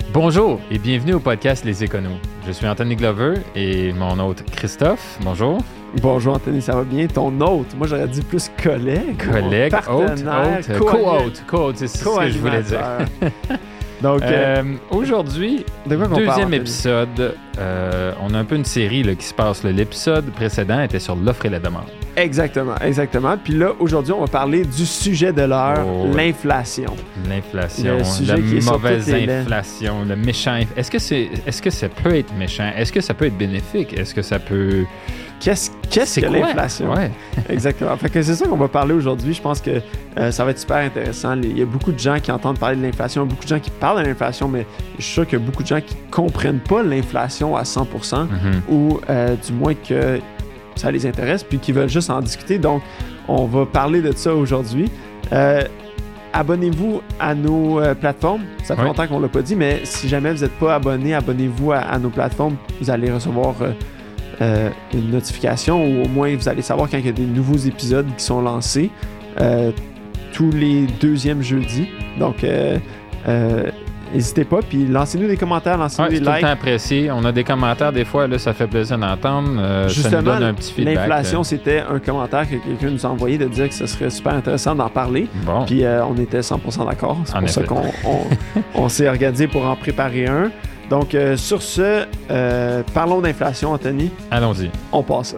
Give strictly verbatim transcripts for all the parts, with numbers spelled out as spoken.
Bonjour et bienvenue au podcast Les Éconos. Je suis Anthony Glover et mon hôte Christophe. Bonjour. Bonjour Anthony, ça va bien? Ton hôte, moi j'aurais dit plus collègue. Collègue, hôte, hôte, co-hôte, co-hôte, c'est ce que je voulais dire. Donc, euh, euh, aujourd'hui, deuxième parle, épisode, euh, on a un peu une série là, qui se passe. Là. L'épisode précédent était sur l'offre et la demande. Exactement, exactement. Puis là, aujourd'hui, on va parler du sujet de l'heure, oh, l'inflation. L'inflation, la mauvaise inflation, le méchant. Est-ce que, c'est, est-ce que ça peut être méchant? Est-ce que ça peut être bénéfique? Est-ce que ça peut... Qu'est-ce, qu'est-ce c'est que quoi? L'inflation? Ouais. Exactement. Fait que c'est ça qu'on va parler aujourd'hui. Je pense que euh, ça va être super intéressant. Il y a beaucoup de gens qui entendent parler de l'inflation, beaucoup de gens qui parlent de l'inflation, mais je suis sûr qu'il y a beaucoup de gens qui ne comprennent pas l'inflation à cent pour cent mm-hmm. ou euh, du moins que ça les intéresse puis qui veulent juste en discuter. Donc, on va parler de ça aujourd'hui. Euh, abonnez-vous à nos euh, plateformes. Ça fait oui. longtemps qu'on ne l'a pas dit, mais si jamais vous n'êtes pas abonné, abonnez-vous à, à nos plateformes. Vous allez recevoir... Euh, Euh, une notification ou au moins vous allez savoir quand il y a des nouveaux épisodes qui sont lancés euh, tous les deuxièmes jeudis. Donc, euh, euh, n'hésitez pas. Puis lancez-nous des commentaires, lancez-nous ouais, des c'est likes. Tout le temps apprécié. On a des commentaires des fois, là, ça fait plaisir d'entendre. Euh, Justement, ça nous donne un petit feedback. L'inflation, euh... c'était un commentaire que quelqu'un nous a envoyé de dire que ce serait super intéressant d'en parler. Bon. Puis euh, on était cent pour cent d'accord. C'est en pour effet. ça qu'on on, on s'est organisé pour en préparer un. Donc, euh, sur ce, euh, parlons d'inflation, Anthony. Allons-y. On passe ça.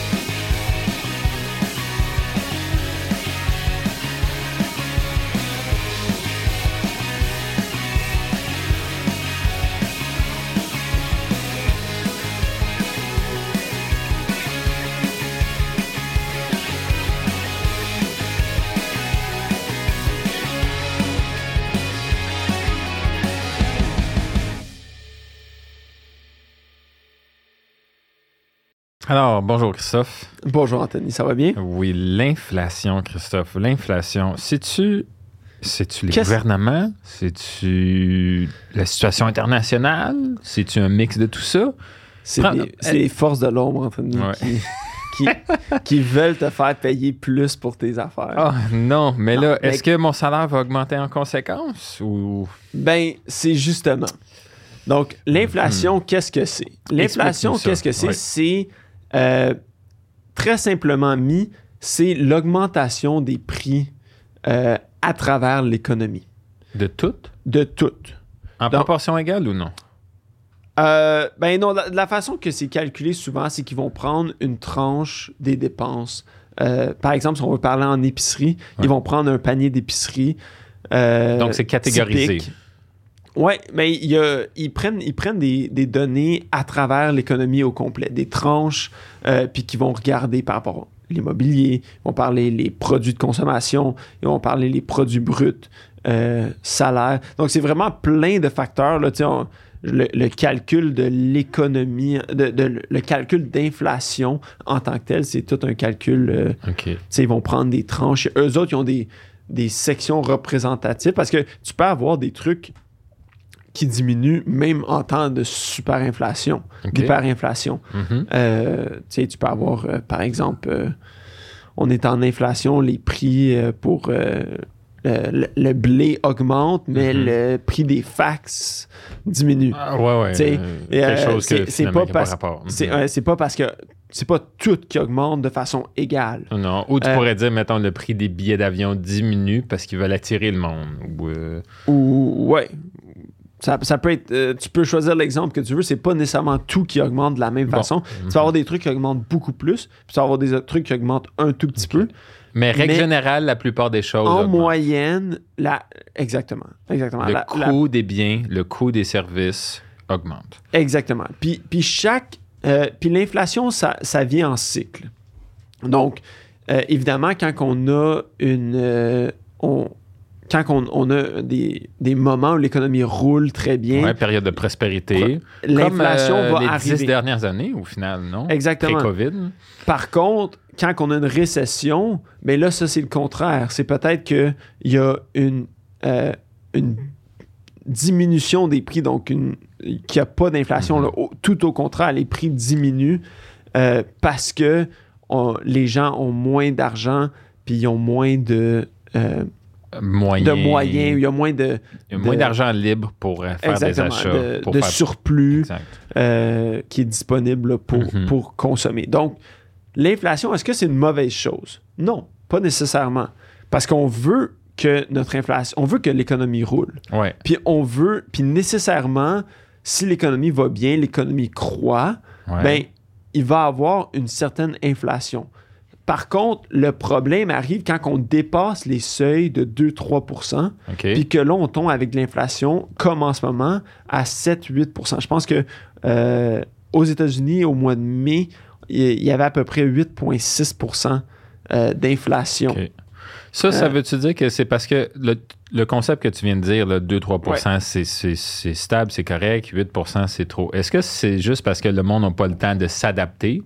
Alors, bonjour Christophe. Bonjour Anthony, ça va bien? Oui, l'inflation, Christophe. L'inflation, c'est-tu, c'est-tu les Qu'est-ce... gouvernements? C'est-tu la situation internationale? C'est-tu un mix de tout ça? C'est, Prends... des, c'est les forces de l'ombre, Anthony, ouais. qui, qui, qui veulent te faire payer plus pour tes affaires. Ah oh, non, mais non, là, mais... est-ce que mon salaire va augmenter en conséquence? Ou... Ben, c'est justement. Donc, l'inflation, mmh. qu'est-ce que c'est? L'inflation, qu'est-ce que c'est? Ouais. C'est... Euh, très simplement mis, c'est l'augmentation des prix euh, à travers l'économie. De toutes? De toutes. En Donc, proportion égale ou non? Euh, ben non, la, la façon que c'est calculé souvent, c'est qu'ils vont prendre une tranche des dépenses. Euh, par exemple, si on veut parler en épicerie, ouais. ils vont prendre un panier d'épicerie. Euh, Donc, c'est catégorisé. Typique. Oui, mais il y a, ils prennent, ils prennent des, des données à travers l'économie au complet, des tranches, euh, puis qui vont regarder par rapport à l'immobilier, ils vont parler les produits de consommation, ils vont parler les produits bruts, euh, salaires. Donc, c'est vraiment plein de facteurs. Là, on, le, le calcul de l'économie, de, de, le calcul d'inflation en tant que tel, c'est tout un calcul. Euh, okay. Ils vont prendre des tranches. Eux autres, ils ont des, des sections représentatives parce que tu peux avoir des trucs qui diminue même en temps de superinflation, okay. d'hyperinflation. Mm-hmm. Euh, tu sais, tu peux avoir, euh, par exemple, euh, on est en inflation, les prix euh, pour euh, le, le blé augmentent, mais mm-hmm. le prix des fax diminue. Ah, ouais, ouais. Euh, quelque euh, chose que c'est, c'est pas parce, pas rapport. Mm-hmm. C'est, euh, c'est pas parce que c'est pas tout qui augmente de façon égale. Non, ou tu euh, pourrais dire, mettons, le prix des billets d'avion diminue parce qu'ils veulent attirer le monde. Ou, euh... ou ouais. Ça, ça peut être, euh, tu peux choisir l'exemple que tu veux, c'est pas nécessairement tout qui augmente de la même bon. façon. Mm-hmm. Tu vas avoir des trucs qui augmentent beaucoup plus, puis tu vas avoir des autres trucs qui augmentent un tout petit okay. peu. Mais règle Mais générale, la plupart des choses en augmentent. moyenne, la... exactement. exactement. Le la, coût la... des biens, le coût des services augmente. Exactement. Puis, puis chaque... Euh, puis l'inflation, ça, ça vient en cycle. Donc, euh, évidemment, quand on a une... Euh, on, Quand on, on a des, des moments où l'économie roule très bien. Oui, période de prospérité. L'inflation Comme, euh, va les arriver. Les dix dernières années, au final, non? Exactement. Pré-COVID. Par contre, quand on a une récession, bien là, ça, c'est le contraire. C'est peut-être qu'il y a une, euh, une diminution des prix, donc une, qu'il n'y a pas d'inflation. Mm-hmm. Là, au, tout au contraire, les prix diminuent euh, parce que on, les gens ont moins d'argent puis ils ont moins de... Euh, moyens, de moyens, où il y a moins de... Il y a moins de, d'argent libre pour faire des achats. De, pour de faire... surplus euh, qui est disponible là, pour, mm-hmm. pour consommer. Donc, l'inflation, est-ce que c'est une mauvaise chose? Non, pas nécessairement. Parce qu'on veut que notre inflation, on veut que l'économie roule. Ouais. Puis on veut, puis nécessairement, si l'économie va bien, l'économie croît, ouais. ben il va avoir une certaine inflation. Par contre, le problème arrive quand on dépasse les seuils de deux à trois pour cent, okay. puis que là, on tombe avec de l'inflation, comme en ce moment, à sept à huit pour cent. Je pense que euh, aux États-Unis, au mois de mai, il y avait à peu près huit virgule six pour cent euh, d'inflation. Okay. Ça, ça euh, veut-tu dire que c'est parce que le, le concept que tu viens de dire, là, deux à trois pour cent, ouais. c'est, c'est, c'est stable, c'est correct, huit pour cent, c'est trop. Est-ce que c'est juste parce que le monde n'a pas le temps de s'adapter?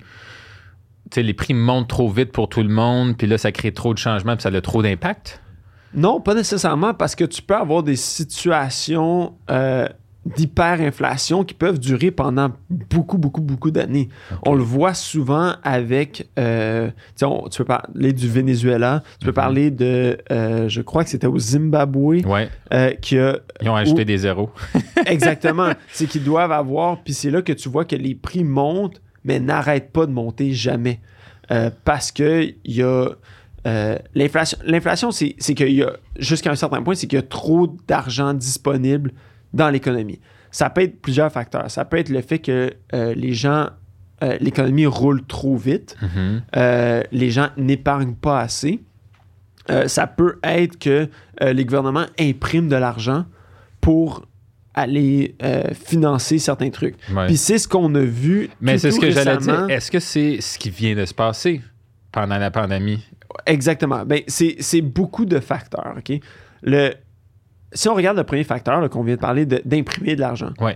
Tu sais, les prix montent trop vite pour tout le monde, puis là, ça crée trop de changements, puis ça a trop d'impact? Non, pas nécessairement, parce que tu peux avoir des situations euh, d'hyperinflation qui peuvent durer pendant beaucoup, beaucoup, beaucoup d'années. Okay. On le voit souvent avec... Euh, on, tu peux parler du Venezuela, tu peux mm-hmm. parler de... Euh, je crois que c'était au Zimbabwe. Ouais. Euh, qui a, Ils ont ajouté où, des zéros. Exactement. C'est qu'ils doivent avoir... Puis c'est là que tu vois que les prix montent, mais n'arrête pas de monter jamais. Euh, parce que il y a euh, l'inflation. L'inflation, c'est, c'est qu'il y a, jusqu'à un certain point, c'est qu'il y a trop d'argent disponible dans l'économie. Ça peut être plusieurs facteurs. Ça peut être le fait que euh, les gens, euh, l'économie roule trop vite. Mm-hmm. Euh, les gens n'épargnent pas assez. Euh, ça peut être que euh, les gouvernements impriment de l'argent pour aller euh, financer certains trucs. Ouais. Puis c'est ce qu'on a vu. Mais c'est ce que récemment. j'allais dire. Est-ce que c'est ce qui vient de se passer pendant la pandémie? Exactement. Ben, c'est, c'est beaucoup de facteurs. OK? Le, si on regarde le premier facteur là, qu'on vient de parler, de, d'imprimer de l'argent. Ouais.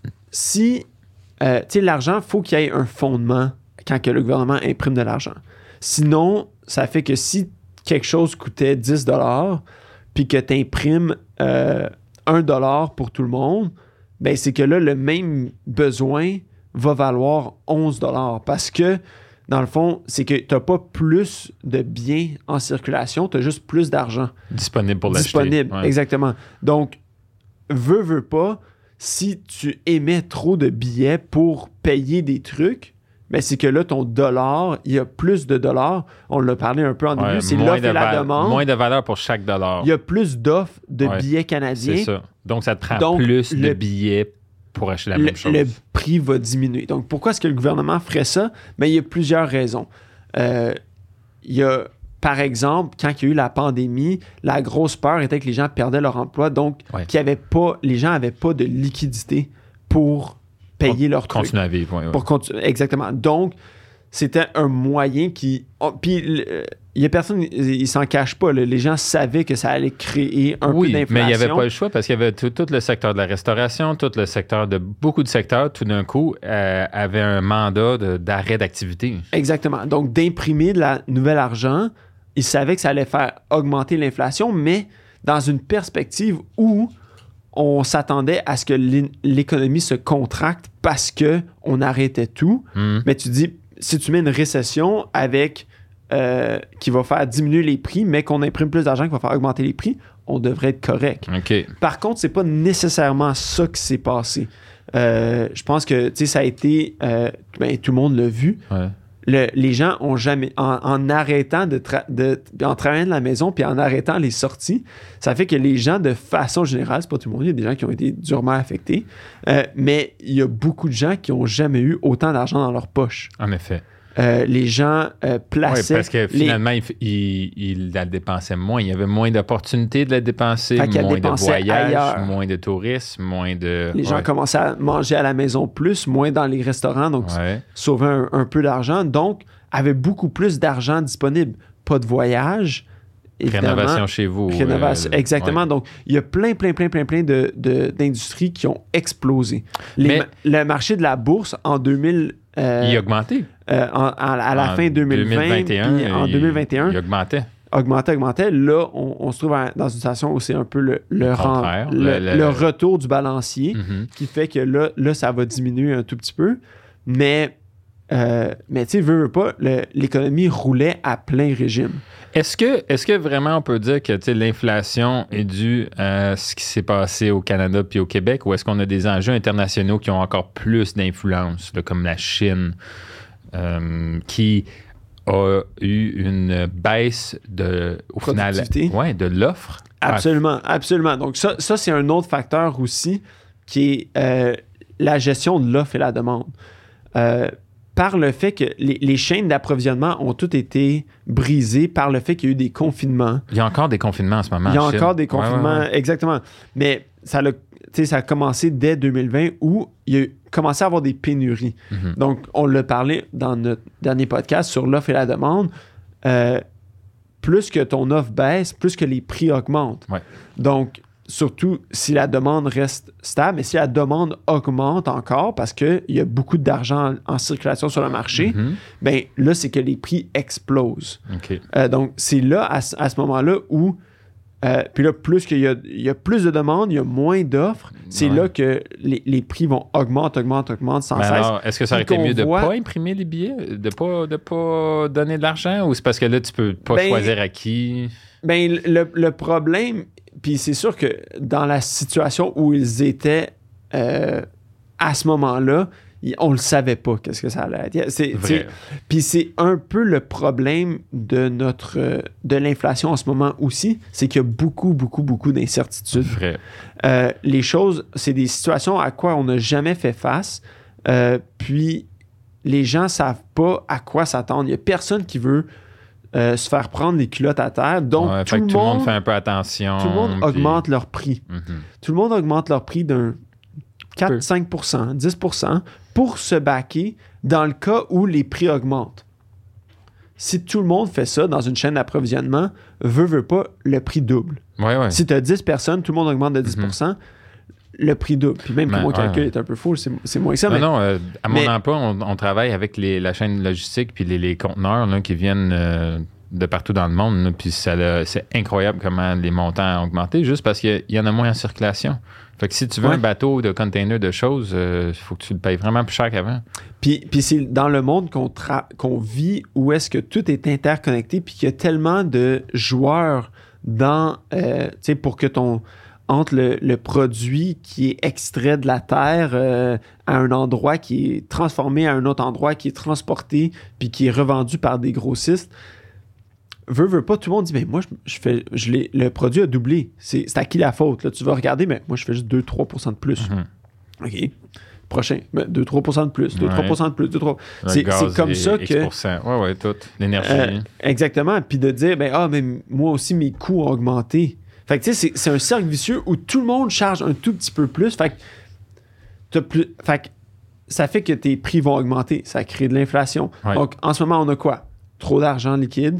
Si, euh, tu sais, l'argent, il faut qu'il y ait un fondement quand que le gouvernement imprime de l'argent. Sinon, ça fait que si quelque chose coûtait dix dollars puis que tu imprimes... Euh, un dollar pour tout le monde, ben c'est que là, le même besoin va valoir onze dollars parce que, dans le fond, c'est que tu n'as pas plus de biens en circulation, tu as juste plus d'argent. Disponible pour l'acheter. Disponible, ouais. Exactement. Donc, veux, veux pas, si tu émets trop de billets pour payer des trucs, ben c'est que là, ton dollar, il y a plus de dollars. On l'a parlé un peu en début, ouais, c'est l'offre et la demande. Moins de valeur pour chaque dollar. Il y a plus d'offres de ouais, billets canadiens. C'est ça. Donc, ça te prend Donc, plus le, de billets pour acheter la le, même chose. Le prix va diminuer. Donc, pourquoi est-ce que le gouvernement ferait ça? Bien, il y a plusieurs raisons. Euh, il y a, par exemple, quand il y a eu la pandémie, la grosse peur était que les gens perdaient leur emploi. Donc, ouais. qu'il y avait pas, les gens n'avaient pas de liquidité pour payer leur truc. Continuer à vivre, oui. Ouais. Pour continu- exactement. Donc, c'était un moyen qui... Oh, puis, il y a personne... Il s'en cache pas. Là. Les gens savaient que ça allait créer un oui, peu d'inflation. Mais il n'y avait pas le choix parce qu'il y avait tout, tout le secteur de la restauration, tout le secteur de... Beaucoup de secteurs, tout d'un coup, euh, avaient un mandat de, d'arrêt d'activité. Exactement. Donc, d'imprimer de la nouvelle argent, ils savaient que ça allait faire augmenter l'inflation, mais dans une perspective où on s'attendait à ce que l'économie se contracte parce qu'on arrêtait tout. Mm. Mais tu dis, si tu mets une récession avec euh, qui va faire diminuer les prix, mais qu'on imprime plus d'argent qui va faire augmenter les prix, on devrait être correct. Okay. Par contre, c'est pas nécessairement ça qui s'est passé. Euh, je pense que tu sais, ça a été... Euh, ben, tout le monde l'a vu. Ouais. Le, les gens ont jamais, en, en arrêtant de, tra- de, en travaillant de la maison puis en arrêtant les sorties, ça fait que les gens, de façon générale, c'est pas tout le monde, il y a des gens qui ont été durement affectés, euh, mais il y a beaucoup de gens qui ont jamais eu autant d'argent dans leur poche. En effet. Euh, les gens euh, plaçaient... Oui, parce que finalement, les... il, il, il la dépensait moins. Il y avait moins d'opportunités de la dépenser, moins de voyages, ailleurs. Moins de tourisme, moins de... Les ouais. gens commençaient à manger à la maison plus, moins dans les restaurants, donc ouais. sauvaient un, un peu d'argent. Donc, avaient beaucoup plus d'argent disponible. Pas de voyage, évidemment. Rénovation chez vous. Rénovation, euh, exactement. Ouais. Donc, il y a plein, plein, plein, plein, plein de, de, d'industries qui ont explosé. Les, Mais... Le marché de la bourse, en deux mille... Euh, il a augmenté. Euh, en, en, à la en fin deux mille vingt, deux mille vingt et un, puis en deux mille vingt et un, il augmentait. Augmentait, augmentait. Là, on, on se trouve à, dans une situation où c'est un peu le, le, rang, le, le, le retour du balancier mm-hmm. qui fait que là, là, ça va diminuer un tout petit peu. Mais Euh, mais tu sais, veux, veux pas, le, l'économie roulait à plein régime. Est-ce que, est-ce que vraiment on peut dire que l'inflation est due à ce qui s'est passé au Canada puis au Québec, ou est-ce qu'on a des enjeux internationaux qui ont encore plus d'influence, là, comme la Chine, euh, qui a eu une baisse de, au final, ouais, de l'offre? Absolument, absolument. Donc ça, ça c'est un autre facteur aussi qui est euh, la gestion de l'offre et la demande. Euh, par le fait que les, les chaînes d'approvisionnement ont toutes été brisées par le fait qu'il y a eu des confinements. Il y a encore des confinements en ce moment. Il y a encore des confinements, ouais, ouais, ouais. exactement. Mais ça a, ça a commencé dès deux mille vingt où il y a commencé à avoir des pénuries. Mm-hmm. Donc, on l'a parlé dans notre dernier podcast sur l'offre et la demande. Euh, plus que ton offre baisse, plus que les prix augmentent. Ouais. Donc, surtout si la demande reste stable, mais si la demande augmente encore parce qu'il y a beaucoup d'argent en, en circulation sur le marché, mm-hmm. bien là, c'est que les prix explosent. Okay. Euh, donc, c'est là, à, à ce moment-là, où, euh, puis là, plus qu'il y a, il y a plus de demandes, il y a moins d'offres, c'est ouais. là que les, les prix vont augmenter, augmenter, augenter sans mais cesse. Alors, est-ce que ça aurait été mieux voit... de ne pas imprimer les billets, de ne pas, de pas donner de l'argent, ou c'est parce que là, tu peux pas ben, choisir à qui? Bien, le, le problème... Puis c'est sûr que dans la situation où ils étaient euh, à ce moment-là, on ne le savait pas qu'est-ce que ça allait être. C'est, c'est, puis c'est un peu le problème de notre de l'inflation en ce moment aussi, c'est qu'il y a beaucoup, beaucoup, beaucoup d'incertitudes. Vrai. Euh, les choses, c'est des situations à quoi on n'a jamais fait face. Euh, puis les gens ne savent pas à quoi s'attendre. Il n'y a personne qui veut Euh, se faire prendre les culottes à terre. Donc, ouais, tout, le tout monde, le monde fait un peu attention. Tout le monde puis... augmente leur prix. Mm-hmm. Tout le monde augmente leur prix d'un quatre à cinq pour cent, dix pour cent pour se baquer dans le cas où les prix augmentent. Si tout le monde fait ça dans une chaîne d'approvisionnement, veut, veut pas, le prix double. Ouais, ouais. Si tu as dix personnes, tout le monde augmente de dix pour cent, mm-hmm. le prix double. Puis même que ben, mon calcul ouais. est un peu fou, c'est, c'est moins que ça. Non, mais, non, euh, à mon mais... emploi, on, on travaille avec les, la chaîne logistique puis les, les conteneurs là, qui viennent euh, de partout dans le monde. Là, puis ça, là, c'est incroyable comment les montants ont augmenté juste parce qu'il y, y en a moins en circulation. Fait que si tu veux ouais. un bateau de container de choses, il euh, faut que tu le payes vraiment plus cher qu'avant. Puis, puis c'est dans le monde qu'on, tra- qu'on vit où est-ce que tout est interconnecté puis qu'il y a tellement de joueurs dans, euh, tu sais, pour que ton... entre le, le produit qui est extrait de la terre euh, à un endroit qui est transformé à un autre endroit, qui est transporté puis qui est revendu par des grossistes. Veut, veut pas, tout le monde dit, mais moi, je, je fais, je l'ai, le produit a doublé. C'est, c'est à qui la faute? Là, tu vas regarder, mais moi, je fais juste deux à trois pour cent de plus. Mm-hmm. OK. Prochain. deux à trois pour cent de plus. deux à trois pour cent de plus. deux à trois C'est, c'est comme ça que... Oui, oui, tout. L'énergie. Euh, exactement. Puis de dire, ben, ah, mais moi aussi, mes coûts ont augmenté. Fait que tu sais, c'est, c'est un cercle vicieux où tout le monde charge un tout petit peu plus. Fait que, t'as plus, fait que ça fait que tes prix vont augmenter. Ça crée de l'inflation. Ouais. Donc, en ce moment, on a quoi? Trop d'argent liquide.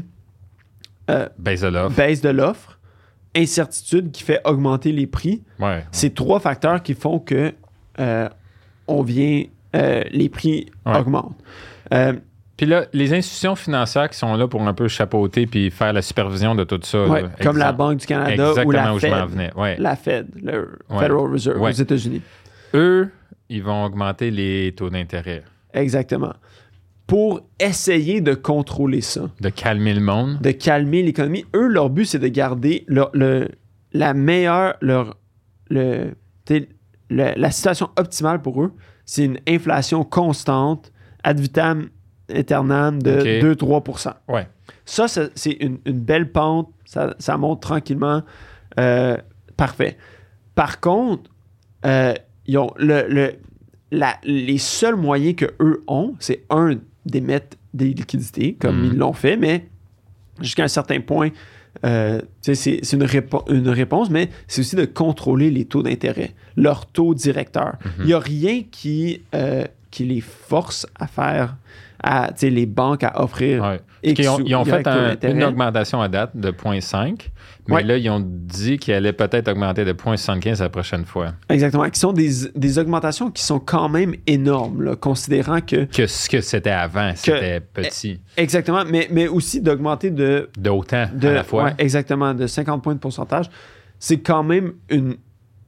Euh, baisse de l'offre. Baisse de l'offre. Incertitude qui fait augmenter les prix. Ouais. C'est trois facteurs qui font que euh, on vient... Euh, les prix ouais. augmentent. Euh, Puis là, les institutions financières qui sont là pour un peu chapeauter puis faire la supervision de tout ça. Ouais, là, comme exemple, la Banque du Canada exactement ou la où Fed. Je m'en venais. Ouais. La Fed, le ouais. Federal Reserve ouais. aux États-Unis. Eux, ils vont augmenter les taux d'intérêt. Exactement. Pour essayer de contrôler ça. De calmer le monde. De calmer l'économie. Eux, leur but, c'est de garder leur, le, la meilleure... Leur, le, le, la situation optimale pour eux, c'est une inflation constante, ad vitam aeternam de okay. deux à trois pour cent. Ouais. Ça, ça, c'est une, une belle pente. Ça, ça monte tranquillement. Euh, parfait. Par contre, euh, ils ont le, le, la, les seuls moyens qu'eux ont, c'est un, d'émettre des liquidités, comme mmh. ils l'ont fait, mais jusqu'à un certain point, euh, c'est, c'est une, répo- une réponse, mais c'est aussi de contrôler les taux d'intérêt, leur taux directeur. Il mmh. n'y a rien qui, euh, qui les force à faire, à, les banques à offrir. Ouais. Ils ont, ils ont fait un, une augmentation à date de zéro virgule cinq, mais ouais. là, ils ont dit qu'ils allaient peut-être augmenter de zéro virgule soixante-quinze la prochaine fois. Exactement, qui sont des, des augmentations qui sont quand même énormes, là, considérant que... Que ce que c'était avant, que, c'était petit. Exactement, mais, mais aussi d'augmenter de... D'autant, de, à la fois. Ouais, exactement, de cinquante points de pourcentage. C'est quand même une,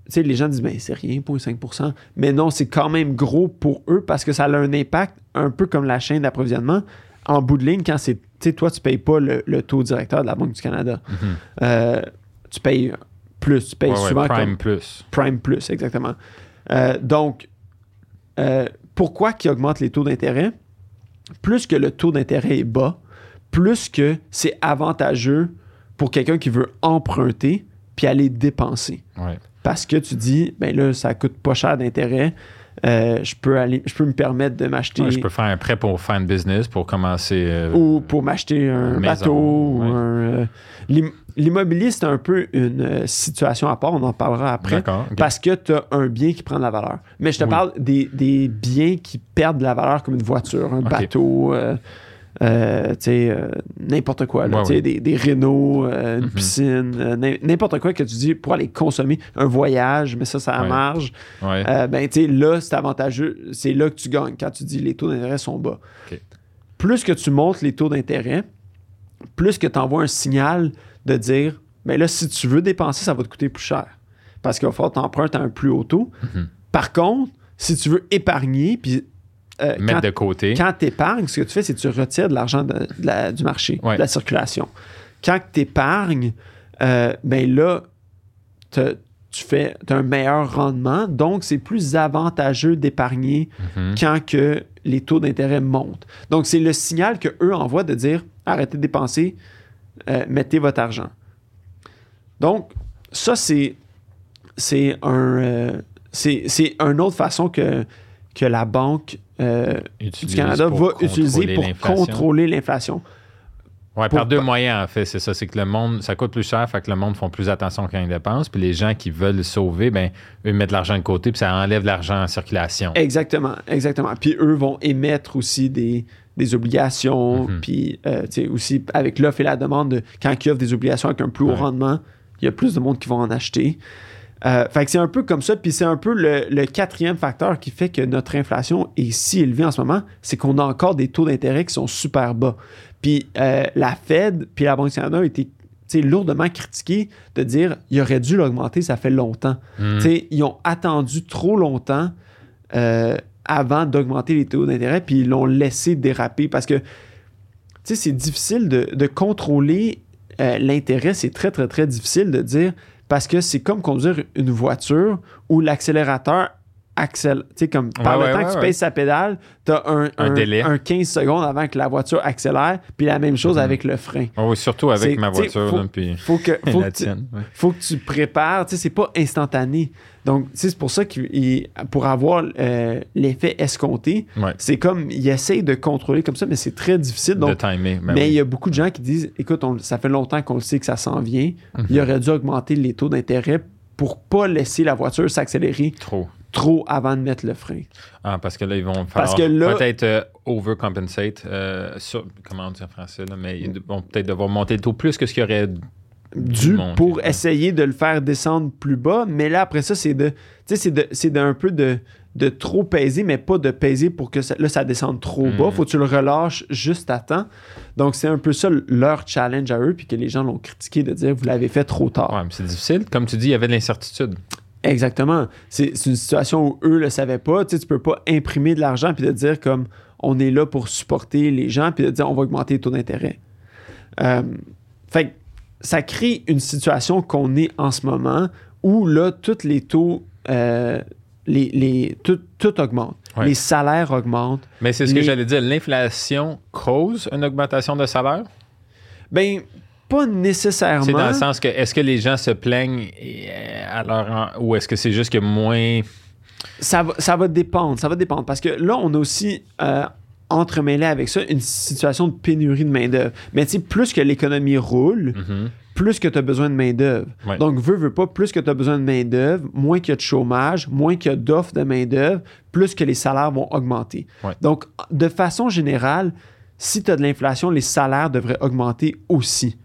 sais, les gens disent, ben, c'est rien, zéro virgule cinq pour cent. Mais non, c'est quand même gros pour eux parce que ça a un impact un peu comme la chaîne d'approvisionnement. En bout de ligne, quand c'est, tu sais, toi, tu payes pas le, le taux directeur de la Banque du Canada. Mm-hmm. Euh, tu payes plus. Tu payes ouais, souvent ouais, Prime comme... plus. Prime plus, exactement. Euh, donc, euh, pourquoi qu'ils augmentent les taux d'intérêt? Plus que le taux d'intérêt est bas, plus que c'est avantageux pour quelqu'un qui veut emprunter puis aller dépenser. Ouais. Parce que tu dis, ben là, ça coûte pas cher d'intérêt. Euh, je peux aller, je peux me permettre de m'acheter... Ouais, je peux faire un prêt pour faire une business, pour commencer... Euh, ou pour m'acheter un bateau. Ouais. Ou un, euh, l'im- l'immobilier, c'est un peu une euh, situation à part. On en parlera après. D'accord, okay. Parce que tu as un bien qui prend de la valeur. Mais je te oui. parle des, des biens qui perdent de la valeur comme une voiture, un okay. bateau... Euh, Euh, tu sais, euh, n'importe quoi, là, ouais, ouais. Des, des rénaux, euh, une mm-hmm. piscine, euh, n'importe quoi que tu dis pour aller consommer, un voyage, mais ça, ça a ouais. marge. Ouais. Euh, ben, tu sais, là, c'est avantageux, c'est là que tu gagnes quand tu dis les taux d'intérêt sont bas. Okay. Plus que tu montes les taux d'intérêt, plus que tu envoies un signal de dire, ben là, si tu veux dépenser, ça va te coûter plus cher. Parce qu'il va falloir t'emprunter à un plus haut taux. Mm-hmm. Par contre, si tu veux épargner, puis Euh, mettre quand, de côté. Quand tu épargnes, ce que tu fais, c'est que tu retires de l'argent de, de la, du marché, ouais. de la circulation. Quand tu épargnes, euh, ben là, tu fais as un meilleur rendement. Donc, c'est plus avantageux d'épargner mm-hmm. quand que les taux d'intérêt montent. Donc, c'est le signal qu'eux envoient de dire arrêtez de dépenser, euh, mettez votre argent. Donc, ça, c'est, c'est, un, euh, c'est, c'est une autre façon que, que la Banque Euh, du Canada va utiliser pour l'inflation. contrôler l'inflation. Oui, par deux moyens, en fait, c'est ça. C'est que le monde, ça coûte plus cher, fait que le monde font plus attention quand ils dépensent. Puis les gens qui veulent sauver, ben, eux mettent l'argent de côté, puis ça enlève l'argent en circulation. Exactement, exactement. Puis eux vont émettre aussi des, des obligations, mm-hmm. puis euh, tu sais, aussi avec l'offre et la demande, de, quand ils offrent des obligations avec un plus haut ouais. rendement, il y a plus de monde qui vont en acheter. Euh, fait que c'est un peu comme ça, puis c'est un peu le, le quatrième facteur qui fait que notre inflation est si élevée en ce moment, c'est qu'on a encore des taux d'intérêt qui sont super bas. Puis euh, la Fed puis la Banque du Canada ont été lourdement critiqués de dire il aurait dû l'augmenter, ça fait longtemps. Mmh. Ils ont attendu trop longtemps euh, avant d'augmenter les taux d'intérêt, puis ils l'ont laissé déraper parce que c'est difficile de, de contrôler euh, l'intérêt, c'est très, très, très difficile de dire. Parce que c'est comme conduire une voiture où l'accélérateur accélère. Tu sais, comme par ouais, le ouais, temps ouais, que tu ouais. payes sa pédale, tu as un, un, un, délai. un quinze secondes avant que la voiture accélère, puis la même chose mm-hmm. avec le frein. Oh, oui, surtout avec c'est, ma voiture. Faut, là, puis faut que, faut la que tu, tienne. Ouais. Faut que tu prépares. Tu sais, c'est pas instantané. Donc, c'est pour ça qu'il pour avoir euh, l'effet escompté, ouais. c'est comme, il essaye de contrôler comme ça, mais c'est très difficile. Donc, de timer. Ben mais oui. il y a beaucoup de gens qui disent, écoute, on, ça fait longtemps qu'on le sait que ça s'en vient. Mm-hmm. Il aurait dû augmenter les taux d'intérêt pour pas laisser la voiture s'accélérer trop. trop avant de mettre le frein. Ah, parce que là, ils vont falloir là, peut-être euh, overcompensate, euh, sur, comment on dit en français, là, mais ils vont peut-être devoir monter le taux plus que ce qu'il y aurait dû monter, pour ouais. essayer de le faire descendre plus bas. Mais là, après ça, c'est de, tu sais, c'est de, c'est d'un peu de, de trop peser, mais pas de peser pour que ça, là, ça descende trop mm. bas. Faut que tu le relâches juste à temps. Donc, c'est un peu ça leur challenge à eux, puis que les gens l'ont critiqué de dire, vous l'avez fait trop tard. Oui, mais c'est difficile. Comme tu dis, il y avait de l'incertitude. Exactement. C'est, c'est une situation où eux ne le savaient pas. Tu sais, tu peux pas imprimer de l'argent puis de dire comme, on est là pour supporter les gens, puis de dire, on va augmenter les taux d'intérêt. Euh, fait que ça crée une situation qu'on est en ce moment où, là, tous les taux... Euh, Les, les, tout, tout augmente. Ouais. Les salaires augmentent. Mais c'est ce les... que j'allais dire. L'inflation cause une augmentation de salaire? Bien, pas nécessairement. C'est dans le sens que, est-ce que les gens se plaignent à leur, ou est-ce que c'est juste que moins... Ça va, ça va dépendre. Ça va dépendre. Parce que là, on a aussi euh, entremêlé avec ça une situation de pénurie de main-d'œuvre. Mais tu sais, plus que l'économie roule, mm-hmm. plus que tu as besoin de main-d'œuvre. Ouais. Donc, veux, veux pas, plus que tu as besoin de main-d'œuvre, moins qu'il y a de chômage, moins qu'il y a d'offres de main-d'œuvre, plus que les salaires vont augmenter. Ouais. Donc, de façon générale, si tu as de l'inflation, les salaires devraient augmenter aussi.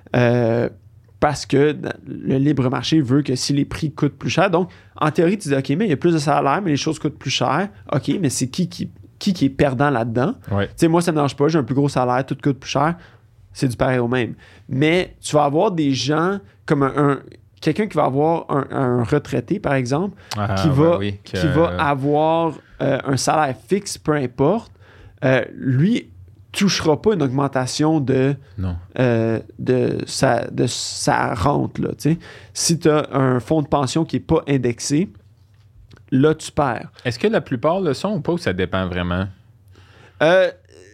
Euh, parce que le libre marché veut que si les prix coûtent plus cher, donc, en théorie, tu dis, OK, mais il y a plus de salaires, mais les choses coûtent plus cher. OK, mais c'est qui qui, qui, qui est perdant là-dedans? Ouais. Tu sais, moi, ça ne me dérange pas, j'ai un plus gros salaire, tout coûte plus cher. C'est du pareil au même. Mais tu vas avoir des gens comme un, un quelqu'un qui va avoir un, un retraité, par exemple, ah, qui, va, ben oui, que... qui va avoir euh, un salaire fixe, peu importe, euh, lui touchera pas une augmentation de, euh, de, sa, de sa rente. Là, t'sais. Si tu as un fonds de pension qui n'est pas indexé, là, tu perds. Est-ce que la plupart le sont ou pas, ou ça dépend vraiment? Euh,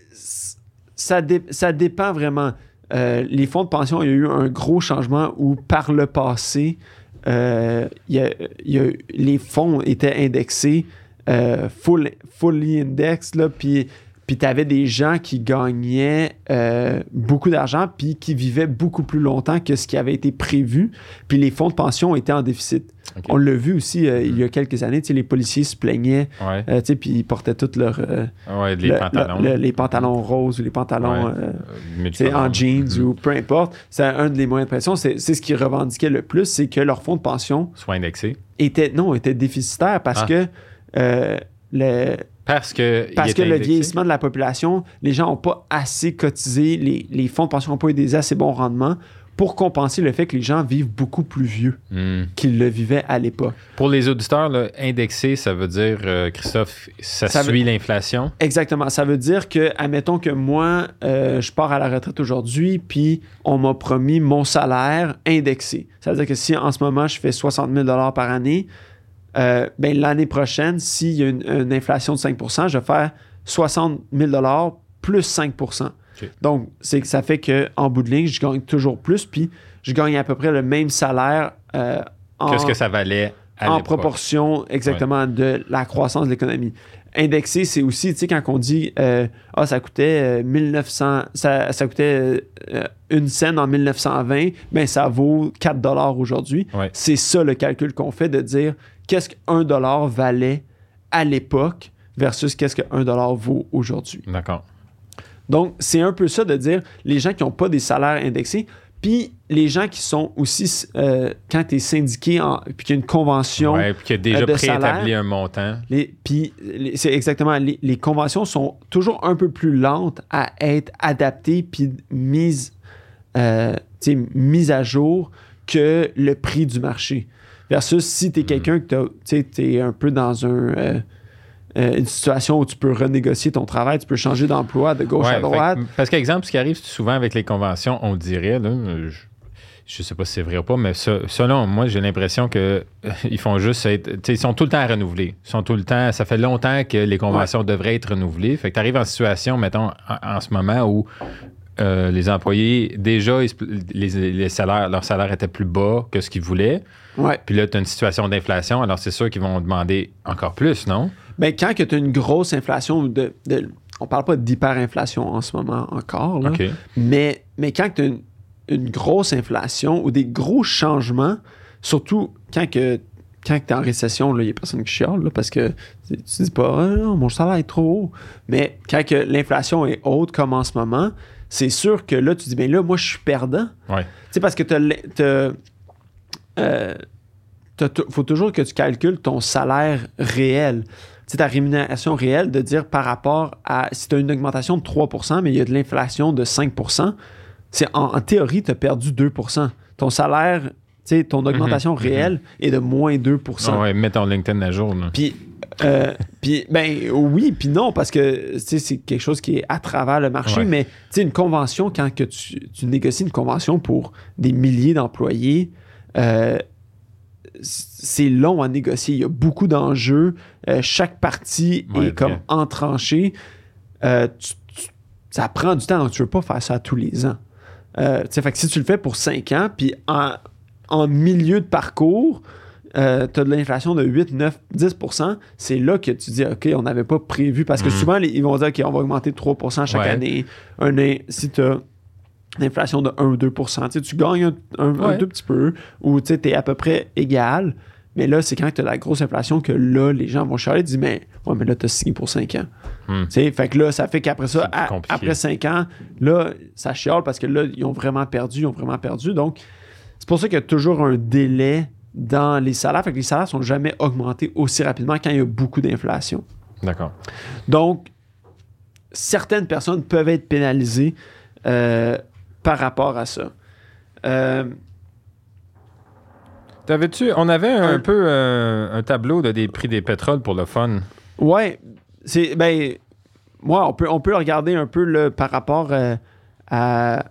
ça, dé- ça dépend vraiment. Euh, les fonds de pension, il y a eu un gros changement où, par le passé, euh, il y a, il y a, les fonds étaient indexés, euh, full, fully indexed, là, puis puis tu avais des gens qui gagnaient euh, beaucoup d'argent puis qui vivaient beaucoup plus longtemps que ce qui avait été prévu. Puis les fonds de pension étaient en déficit. Okay. On l'a vu aussi euh, mm. il y a quelques années. Les policiers se plaignaient, ouais. euh, puis ils portaient tous leurs... Euh, ouais, les, le, pantalons. Le, le, les pantalons roses ou les pantalons ouais. euh, en jeans mm. ou peu importe. C'est un des moyens de pression. C'est, c'est ce qu'ils revendiquaient le plus, c'est que leur fonds de pension... soit indexé. Était, non, était déficitaire parce ah. que... Euh, le, Parce que, Parce que le vieillissement de la population, les gens n'ont pas assez cotisé, les, les fonds de pension n'ont pas eu des assez bons rendements pour compenser le fait que les gens vivent beaucoup plus vieux mm. qu'ils le vivaient à l'époque. Pour les auditeurs, là, indexé, ça veut dire, euh, Christophe, ça, ça suit veut... l'inflation? Exactement. Ça veut dire que, admettons que moi, euh, je pars à la retraite aujourd'hui, puis on m'a promis mon salaire indexé. Ça veut dire que si en ce moment, je fais soixante mille dollars par année, Euh, ben, l'année prochaine, s'il y a une, une inflation de cinq pour cent, je vais faire soixante mille dollars plus cinq pour cent. Okay. Donc, c'est, ça fait qu'en bout de ligne, je gagne toujours plus, puis je gagne à peu près le même salaire euh, en, Qu'est-ce que ça valait à en l'époque. Proportion exactement ouais. de la croissance de l'économie. Indexé, c'est aussi, tu sais, quand on dit euh, « Ah, ça coûtait euh, mille neuf cents, ça, ça coûtait euh, une scène en mille neuf cent vingt, ben ça vaut quatre dollars aujourd'hui. Ouais. » C'est ça le calcul qu'on fait de dire qu'est-ce qu'un dollar valait à l'époque versus qu'est-ce qu'un dollar vaut aujourd'hui. D'accord. Donc, c'est un peu ça de dire les gens qui n'ont pas des salaires indexés, puis les gens qui sont aussi, euh, quand tu es syndiqué, en, puis qu'il y a une convention ouais, puis qu'il y a déjà euh, de préétabli salaire, un montant. Les, puis, les, c'est exactement, les, les conventions sont toujours un peu plus lentes à être adaptées puis mises, euh, mises à jour que le prix du marché. Versus si tu es quelqu'un que tu es un peu dans un, euh, euh, une situation où tu peux renégocier ton travail, tu peux changer d'emploi de gauche ouais, à droite. Fait, parce qu'exemple, ce qui arrive souvent avec les conventions, on dirait, là, je ne sais pas si c'est vrai ou pas, mais ça, selon moi, j'ai l'impression qu'ils euh, font juste être... Ils sont tout le temps à renouveler. Ils sont tout le temps... Ça fait longtemps que les conventions ouais. devraient être renouvelées. Fait que tu arrives en situation, mettons, en, en ce moment où euh, les employés, déjà, ils, les, les salaires, leur salaire était plus bas que ce qu'ils voulaient. Ouais. Puis là, tu as une situation d'inflation, alors c'est sûr qu'ils vont demander encore plus, non? Bien, quand tu as une grosse inflation, de, de, on parle pas d'hyperinflation en ce moment encore, là, okay. mais, mais quand tu as une, une grosse inflation ou des gros changements, surtout quand que quand tu es en récession, il n'y a personne qui chiale là, parce que tu ne dis pas ah, non, mon salaire est trop haut. Mais quand que l'inflation est haute comme en ce moment, c'est sûr que là, tu dis bien là, moi, je suis perdant. Ouais. Tu sais, parce que tu as. Euh, il faut toujours que tu calcules ton salaire réel. C'est ta rémunération réelle de dire par rapport à... Si tu as une augmentation de trois pour cent, mais il y a de l'inflation de cinq pour cent, c'est en, en théorie, tu as perdu deux pour cent. Ton salaire, ton augmentation mm-hmm. réelle mm-hmm. est de moins deux pour cent. Oh ouais, mets ton LinkedIn à jour. Puis, euh, puis, ben oui, puis non, parce que c'est quelque chose qui est à travers le marché, ouais. mais une convention, quand que tu, tu négocies une convention pour des milliers d'employés, euh, c'est long à négocier. Il y a beaucoup d'enjeux. Euh, chaque partie ouais, est comme bien. entranchée. Euh, tu, tu, ça prend du temps, donc tu ne veux pas faire ça tous les ans. Euh, fait que si tu le fais pour cinq ans, puis en, en milieu de parcours, euh, tu as de l'inflation de huit, neuf, dix pour cent, c'est là que tu dis, OK, on n'avait pas prévu. Parce que mmh. souvent, les, ils vont dire, OK, on va augmenter de trois pour cent chaque ouais. année. Un, si tu as l'inflation de un ou deux pour cent. Tu sais, tu gagnes un, un, ouais. un tout petit peu ou tu es à peu près égal. Mais là, c'est quand tu as la grosse inflation que là, les gens vont chialer et disent mais, ouais, mais là, tu as signé pour cinq ans. Hmm. Tu sais, fait que là, ça fait qu'après ça, à, après cinq ans, là, ça chiale parce que là, ils ont vraiment perdu, ils ont vraiment perdu. Donc, c'est pour ça qu'il y a toujours un délai dans les salaires. Fait que les salaires ne sont jamais augmentés aussi rapidement quand il y a beaucoup d'inflation. D'accord. Donc, certaines personnes peuvent être pénalisées euh, par rapport à ça. Euh, T'avais-tu... On avait un, un peu euh, un tableau de des prix des pétroles pour le fun. Ouais. C'est... Ben... Moi, on peut, on peut le regarder un peu là, par rapport euh, à...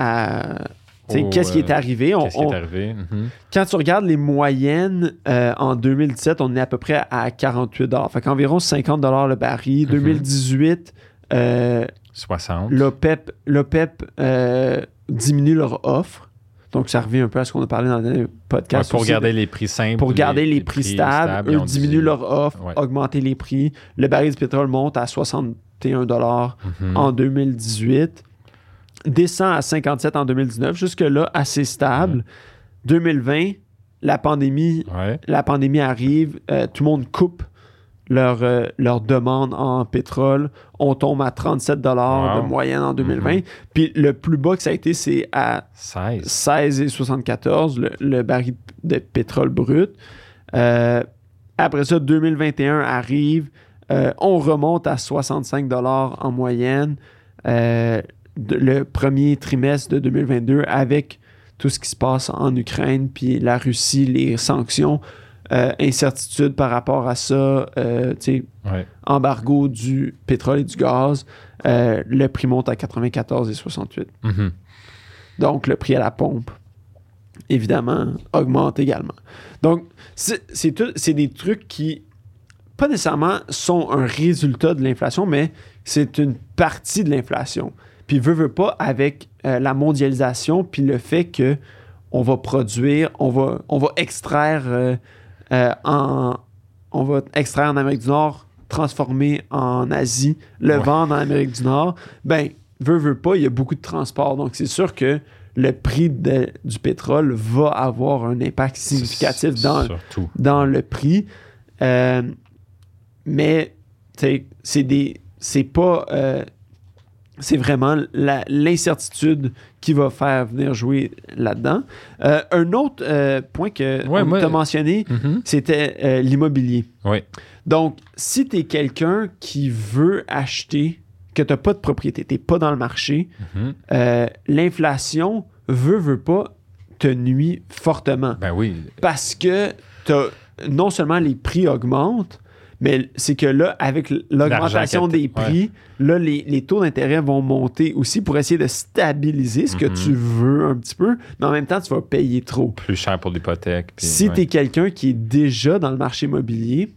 à oh, qu'est-ce euh, qui est arrivé. On, qu'est-ce qui on, est arrivé. Mm-hmm. Quand tu regardes les moyennes, euh, en deux mille dix-sept, on est à peu près à quarante-huit dollars. Fait qu'environ cinquante dollars le baril. Mm-hmm. deux mille dix-huit... Euh, soixante. L'OPEP, l'OPEP euh, diminue leur offre. Donc, ça revient un peu à ce qu'on a parlé dans le podcast. Ouais, pour aussi, garder de, les prix simples. Pour garder les, les, les prix, prix stables. stables eux diminuent dit... leur offre, ouais. augmenter les prix. Le baril de pétrole monte à soixante et un dollars mm-hmm. en deux mille dix-huit. Descend à cinquante-sept en deux mille dix-neuf. Jusque-là, assez stable. Mm-hmm. deux mille vingt, la pandémie, ouais. la pandémie arrive. Euh, tout le monde coupe leur, euh, leur demande en pétrole. On tombe à trente-sept dollars wow. de moyenne en deux mille vingt. Mm-hmm. Puis le plus bas que ça a été, c'est à seize virgule soixante-quatorze le, le baril de pétrole brut. Euh, après ça, deux mille vingt et un arrive. Euh, on remonte à soixante-cinq dollars en moyenne euh, de, le premier trimestre de deux mille vingt-deux avec tout ce qui se passe en Ukraine, puis la Russie, les sanctions. Euh, incertitude par rapport à ça, euh, ouais. embargo du pétrole et du gaz, euh, le prix monte à quatre-vingt-quatorze virgule soixante-huit. Mm-hmm. Donc, le prix à la pompe, évidemment, augmente également. Donc, c'est, c'est, tout, c'est des trucs qui, pas nécessairement sont un résultat de l'inflation, mais c'est une partie de l'inflation. Puis, veut, veut pas, avec euh, la mondialisation, puis le fait que on va produire, on va, on va extraire... Euh, Euh, en, on va extraire en Amérique du Nord, transformer en Asie, le ouais. vendre en Amérique du Nord, ben, veut, veut pas, il y a beaucoup de transport. Donc, c'est sûr que le prix de, du pétrole va avoir un impact significatif c'est, dans, dans le prix. Euh, mais, tu sais, c'est des... C'est pas... Euh, c'est vraiment la, l'incertitude qui va faire venir jouer là-dedans. Euh, un autre euh, point que ouais, tu as mentionné, mm-hmm. c'était euh, l'immobilier. Oui. Donc, si tu es quelqu'un qui veut acheter, que tu n'as pas de propriété, tu n'es pas dans le marché, mm-hmm. euh, l'inflation veut, veut pas, te nuit fortement. Ben oui. Parce que t'as, non seulement les prix augmentent, mais c'est que là, avec l'augmentation des prix, ouais. là, les, les taux d'intérêt vont monter aussi pour essayer de stabiliser ce mm-hmm. que tu veux un petit peu, mais en même temps, tu vas payer trop. Plus cher pour l'hypothèque. Puis, si ouais. tu es quelqu'un qui est déjà dans le marché immobilier,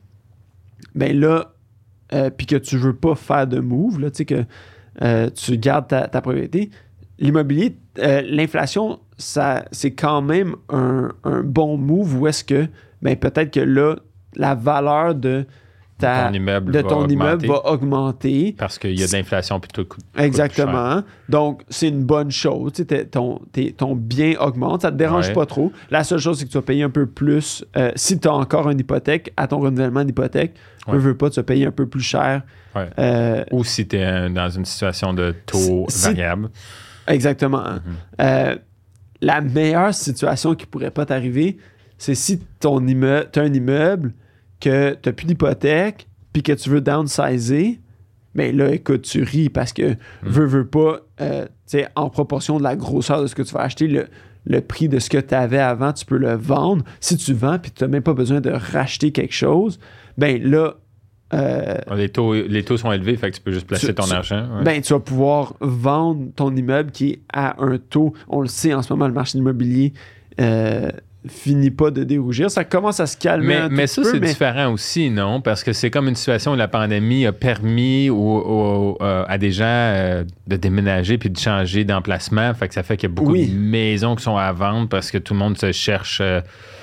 ben là, euh, puis que tu veux pas faire de move, là, tu sais, que euh, tu gardes ta, ta propriété, l'immobilier, euh, l'inflation, ça, c'est quand même un, un bon move où est-ce que, ben peut-être que là, la valeur de Ta, ton immeuble, de va, ton augmenter immeuble va augmenter. Parce qu'il y a de l'inflation puis tout coûte. Exactement. Coûte Donc, c'est une bonne chose. Ton, ton bien augmente. Ça ne te dérange ouais. pas trop. La seule chose, c'est que tu vas payer un peu plus. Euh, si tu as encore une hypothèque, à ton renouvellement d'hypothèque, tu ne veux pas, tu vas payer un peu plus cher. Ouais. Euh, Ou si tu es dans une situation de taux si, variable. Exactement. Mm-hmm. Euh, la meilleure situation qui ne pourrait pas t'arriver, c'est si ton immeuble, tu as un immeuble que tu n'as plus d'hypothèque, puis que tu veux downsizer, bien là, écoute, tu ris parce que, mm. veux, veux pas, euh, tu sais, en proportion de la grosseur de ce que tu vas acheter, le, le prix de ce que tu avais avant, tu peux le vendre. Si tu vends, puis tu n'as même pas besoin de racheter quelque chose, bien là... Euh, les, taux, les taux sont élevés, fait que tu peux juste placer tu, ton tu, argent. Ouais. Ben, tu vas pouvoir vendre ton immeuble qui est à un taux, on le sait en ce moment, le marché immobilier... Euh, finit pas de dérougir. Ça commence à se calmer mais, un mais tout ça, peu. c'est mais... différent aussi, non? Parce que c'est comme une situation où la pandémie a permis au, au, euh, à des gens euh, de déménager puis de changer d'emplacement. Fait que ça fait qu'il y a beaucoup oui. de maisons qui sont à vendre parce que tout le monde se cherche... Euh,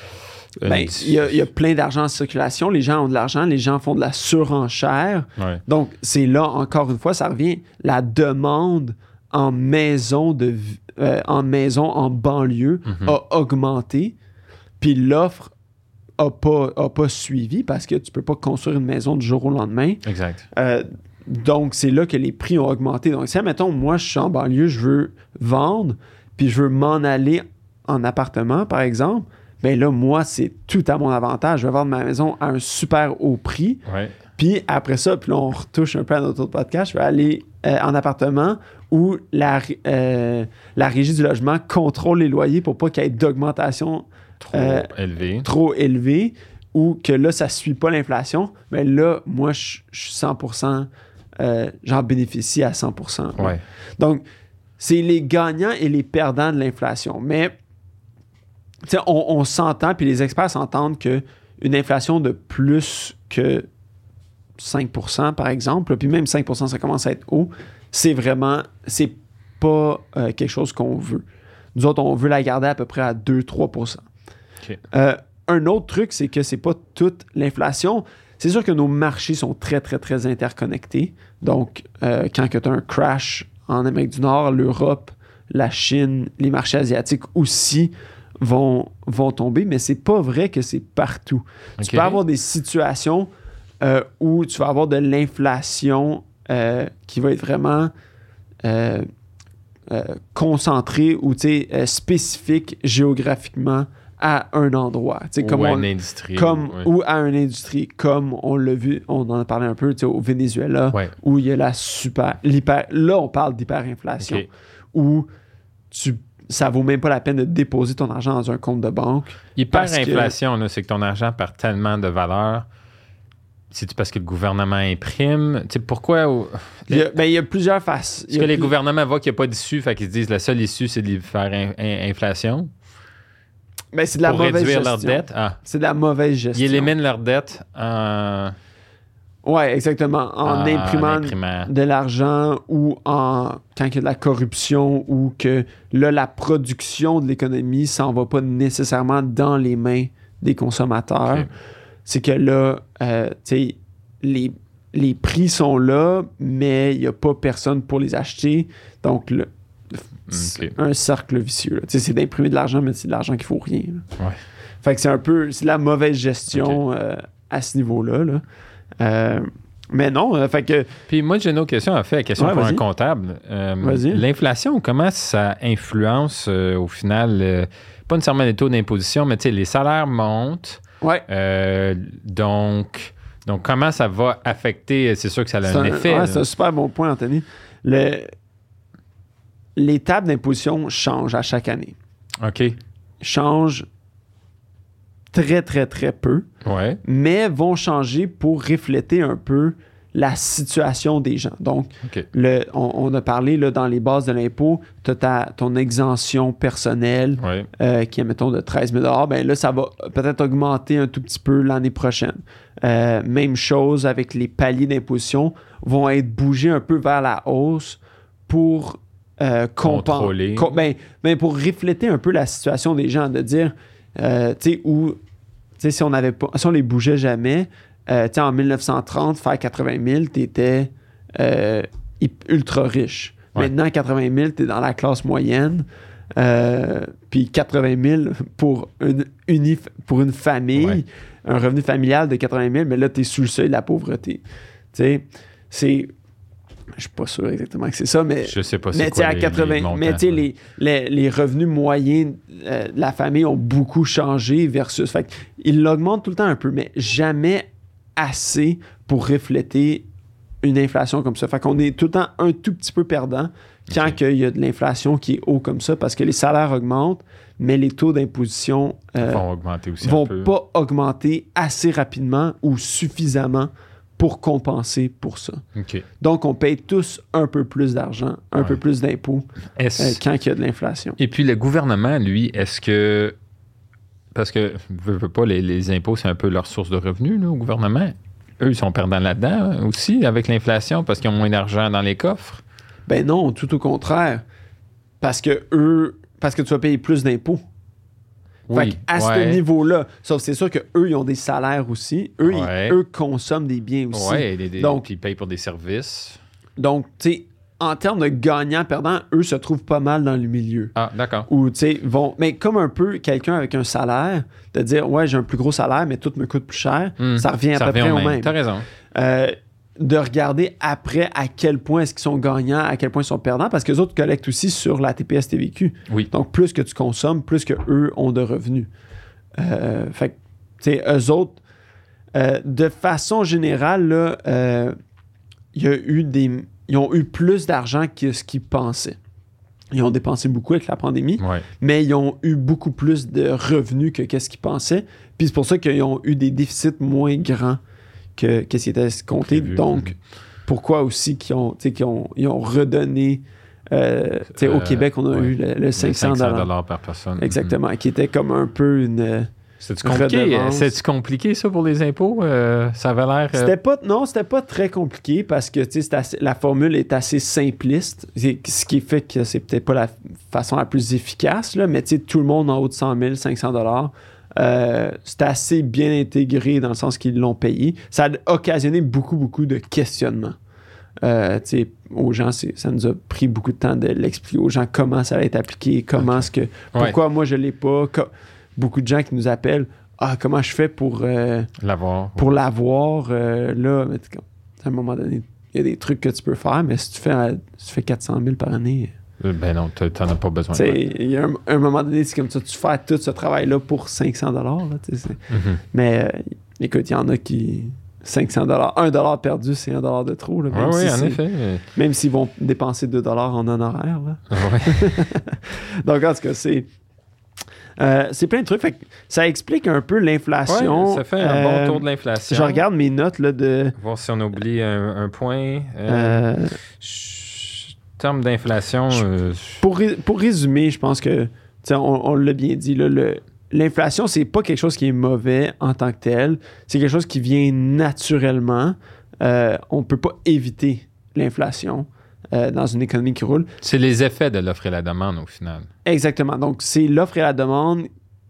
il ben, y, a, y a plein d'argent en circulation. Les gens ont de l'argent. Les gens font de la surenchère. Ouais. Donc, c'est là, encore une fois, ça revient. La demande en maison, de, euh, en, maison en banlieue mm-hmm. a augmenté. Puis l'offre n'a pas, a pas suivi parce que tu ne peux pas construire une maison du jour au lendemain. Exact. Euh, donc, c'est là que les prix ont augmenté. Donc, si, admettons, moi, je suis en banlieue, je veux vendre, puis je veux m'en aller en appartement, par exemple, bien là, moi, c'est tout à mon avantage. Je vais vendre ma maison à un super haut prix. Ouais. Puis après ça, puis là, on retouche un peu à notre autre podcast, je vais aller euh, en appartement où la, euh, la régie du logement contrôle les loyers pour pas qu'il y ait d'augmentation trop euh, élevé. Trop élevé, ou que là, ça ne suit pas l'inflation, mais là, moi, je suis cent pour cent, euh, j'en bénéficie à cent pour cent. Ouais. Donc, c'est les gagnants et les perdants de l'inflation. Mais, tu sais, on, on s'entend, puis les experts s'entendent qu'une inflation de plus que cinq pour cent, par exemple, puis même cinq pour cent, ça commence à être haut, c'est vraiment, c'est pas euh, quelque chose qu'on veut. Nous autres, on veut la garder à peu près à deux à trois pour cent. Okay. Euh, un autre truc, c'est que c'est pas toute l'inflation. C'est sûr que nos marchés sont très, très, très interconnectés. Donc, euh, quand tu as un crash en Amérique du Nord, l'Europe, la Chine, les marchés asiatiques aussi vont, vont tomber, mais c'est pas vrai que c'est partout. Okay. Tu peux avoir des situations euh, où tu vas avoir de l'inflation euh, qui va être vraiment euh, euh, concentrée ou euh, spécifique géographiquement à un endroit. Ou comme à on, une industrie. Comme, ouais. Ou à une industrie, comme on l'a vu, on en a parlé un peu au Venezuela, ouais. où il y a la super... L'hyper, là, on parle d'hyperinflation, okay. où tu, ça vaut même pas la peine de déposer ton argent dans un compte de banque. Hyperinflation, que... c'est que ton argent perd tellement de valeur. C'est parce que le gouvernement imprime. Tu sais, pourquoi... Au... Il, y a, ben, il y a plusieurs faces. Est-ce que plus... les gouvernements voient qu'il n'y a pas d'issue, fait qu'ils se disent la seule issue, c'est de l'hyperinflation? Ben, c'est de la pour mauvaise réduire gestion. leur dette. Ah. C'est de la mauvaise gestion. Ils éliminent leur dette en... Oui, exactement. En, en imprimant, imprimant de l'argent ou en quand il y a de la corruption ou que là, la production de l'économie s'en va pas nécessairement dans les mains des consommateurs. Okay. C'est que là, euh, tu sais, les, les prix sont là, mais il n'y a pas personne pour les acheter. Donc, le, c'est okay. un cercle vicieux. C'est d'imprimer de l'argent, mais c'est de l'argent qui ne faut rien. Ouais. Fait que c'est un peu... C'est de la mauvaise gestion okay. euh, à ce niveau-là. Là. Euh, mais non, euh, fait que... Puis moi, j'ai une autre question à faire, la question ouais, pour vas-y. un comptable. Euh, l'inflation, comment ça influence euh, au final, euh, pas nécessairement les taux d'imposition, mais tu sais, les salaires montent. Ouais. Euh, donc, donc, comment ça va affecter... C'est sûr que ça a un, un effet. Ouais, c'est un super bon point, Anthony. Le... Les tables d'imposition changent à chaque année. OK. Changent très, très, très peu. Ouais. Mais vont changer pour refléter un peu la situation des gens. Donc, okay. le, on, on a parlé là, dans les bases de l'impôt, tu as ton exemption personnelle ouais. euh, qui est, mettons, de treize mille dollars. Bien là, ça va peut-être augmenter un tout petit peu l'année prochaine. Euh, même chose avec les paliers d'imposition vont être bougés un peu vers la hausse pour... Euh, contrôler. Com- ben, ben pour refléter un peu la situation des gens, de dire, euh, tu sais, où, tu sais, si on avait pas, si on les bougeait jamais, euh, tu sais, en dix-neuf cent trente, faire quatre-vingt mille, t'étais euh, ultra riche. Ouais. Maintenant, quatre-vingt mille, t'es dans la classe moyenne, euh, puis quatre-vingt mille pour une, une, pour une famille, ouais. un revenu familial de quatre-vingt mille, mais là, t'es sous le seuil de la pauvreté. Tu sais, c'est... Je suis pas sûr exactement que c'est ça, mais... Je sais pas c'est quoi à les, quatre-vingts, les montants. Mais tu sais, les, les, les revenus moyens euh, de la famille ont beaucoup changé versus... Fait qu'ils l'augmentent tout le temps un peu, mais jamais assez pour refléter une inflation comme ça. Fait qu'on est tout le temps un tout petit peu perdant quand okay. il y a de l'inflation qui est haut comme ça, parce que les salaires augmentent, mais les taux d'imposition euh, vont augmenter aussi vont un peu. pas augmenter assez rapidement ou suffisamment pour compenser pour ça. Okay. Donc, on paye tous un peu plus d'argent, un ouais. peu plus d'impôts euh, quand il y a de l'inflation. Et puis, le gouvernement, lui, est-ce que... Parce que, veux, veux pas, les, les impôts, c'est un peu leur source de revenus, là, au gouvernement. Eux, ils sont perdants là-dedans hein, aussi, avec l'inflation, parce qu'ils ont moins d'argent dans les coffres. Ben non, tout au contraire. Parce que eux... Parce que tu vas payer plus d'impôts. Oui, fait à ouais. ce niveau-là, sauf c'est sûr qu'eux, ils ont des salaires aussi. Eux, ouais. ils, eux consomment des biens aussi. Oui, donc ils payent pour des services. Donc, tu sais, en termes de gagnants-perdants, eux se trouvent pas mal dans le milieu. Ah, d'accord. Où, tu sais, vont... Mais comme un peu quelqu'un avec un salaire, de dire, ouais, j'ai un plus gros salaire, mais tout me coûte plus cher, mmh, ça revient ça à peu revient près au même. même. T'as raison. Euh, de regarder après à quel point est-ce qu'ils sont gagnants, à quel point ils sont perdants, parce que les autres collectent aussi sur la T P S T V Q. Oui. Donc, plus que tu consommes, plus qu'eux ont de revenus. Euh, fait que, tu sais, eux autres, euh, de façon générale, là, euh, y a eu des, ils ont eu plus d'argent que ce qu'ils pensaient. ils ont dépensé beaucoup avec la pandémie, ouais. mais ils ont eu beaucoup plus de revenus que qu'est-ce qu'ils pensaient. Puis c'est pour ça qu'ils ont eu des déficits moins grands que qu'est-ce qui était escompté. Prévu. Donc, pourquoi aussi qu'ils ont, qu'ils ont, ils ont redonné... Euh, euh, au Québec, on a ouais. eu le, le cinq cents dollars par personne. Exactement, mm-hmm. qui était comme un peu une... C'est-tu compliqué? C'est-tu compliqué, ça, pour les impôts? Euh, ça avait l'air... Euh... C'était pas, non, c'était pas très compliqué parce que assez, la formule est assez simpliste, ce qui fait que c'est peut-être pas la façon la plus efficace, là, mais tout le monde en haut de cent mille, cinq cents dollars, euh, c'était assez bien intégré dans le sens qu'ils l'ont payé. Ça a occasionné beaucoup, beaucoup de questionnements. Euh, aux gens, c'est, ça nous a pris beaucoup de temps de l'expliquer aux gens comment ça va être appliqué, comment okay. est-ce que... Pourquoi ouais. moi, je l'ai pas... Co- beaucoup de gens qui nous appellent « Ah, comment je fais pour... Euh, l'avoir. Pour l'avoir. Euh, » Là, à un moment donné, il y a des trucs que tu peux faire, mais si tu fais, si tu fais quatre cent mille par année... Euh, ben non, tu n'en as pas besoin. Il y a un, un moment donné, c'est comme ça, tu fais tout ce travail-là pour cinq cents dollars. Là, mm-hmm. Mais euh, écoute, il y en a qui... cinq cents dollars. un dollar perdu, c'est un dollar de trop. Là, même oui, si en effet. Même s'ils vont dépenser deux dollars en honoraires. Là. Ouais. Donc, en tout cas, c'est... Euh, c'est plein de trucs. Fait que ça explique un peu l'inflation. Ouais, ça fait un euh, bon tour de l'inflation. Je regarde mes notes là, de... Voir si on oublie un, un point. Euh, euh, ch- terme d'inflation... Euh, pour, ré- pour résumer, je pense que, on, on l'a bien dit, là, le, l'inflation, c'est pas quelque chose qui est mauvais en tant que tel. C'est quelque chose qui vient naturellement. Euh, on peut pas éviter l'inflation. Euh, dans une économie qui roule. C'est les effets de l'offre et la demande, au final. Exactement. Donc, c'est l'offre et la demande